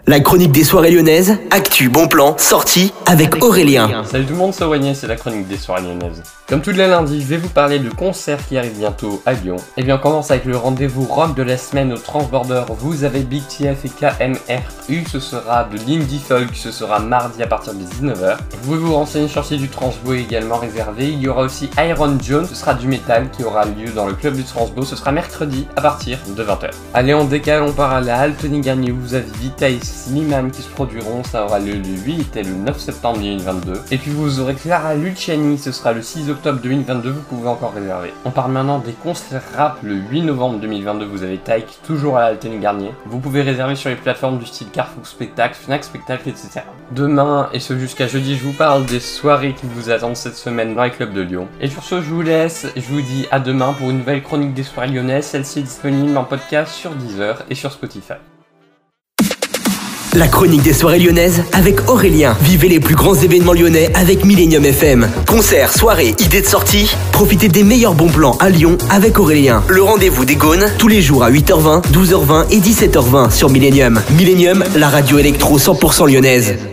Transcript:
La chronique des soirées lyonnaises, actu, bon plan, sortie avec Aurélien. Salut tout le monde, c'est Aurélien, c'est la chronique des soirées lyonnaises. Comme tous les lundis, je vais vous parler de concerts qui arrivent bientôt à Lyon. Et bien on commence avec le rendez-vous rock de la semaine au Transborder. Vous avez Big TF et KMRU, ce sera de l'Indie Folk, ce sera mardi à partir de 19h. Vous pouvez vous renseigner sur le site du Transbo également réservé. Il y aura aussi Iron Jones, ce sera du métal qui aura lieu dans le club du Transbo, ce sera mercredi à partir de 20h. Allez, on décale, on part à la halle Tony Garnier où vous avez Vita et Slimane qui se produiront, ça aura lieu le 8 et le 9 septembre 2022. Et puis vous aurez Clara Luciani, ce sera le 6 octobre 2022, vous pouvez encore réserver. On parle maintenant des concerts rap le 8 novembre 2022, vous avez Taïk, toujours à la Tony Garnier. Vous pouvez réserver sur les plateformes du style Carrefour Spectacle, Fnac Spectacle, etc. Demain et ce jusqu'à jeudi, je vous parle des soirées qui vous attendent cette semaine dans les clubs de Lyon. Et sur ce, je vous laisse, je vous dis à demain pour une nouvelle chronique des soirées lyonnaises, celle-ci est disponible en podcast sur Deezer et sur Spotify. La chronique des soirées lyonnaises avec Aurélien. Vivez les plus grands événements lyonnais avec Millennium FM. Concerts, soirées, idées de sortie. Profitez des meilleurs bons plans à Lyon avec Aurélien. Le rendez-vous des Gaunes, tous les jours à 8h20, 12h20 et 17h20 sur Millennium. Millennium, la radio électro 100% lyonnaise.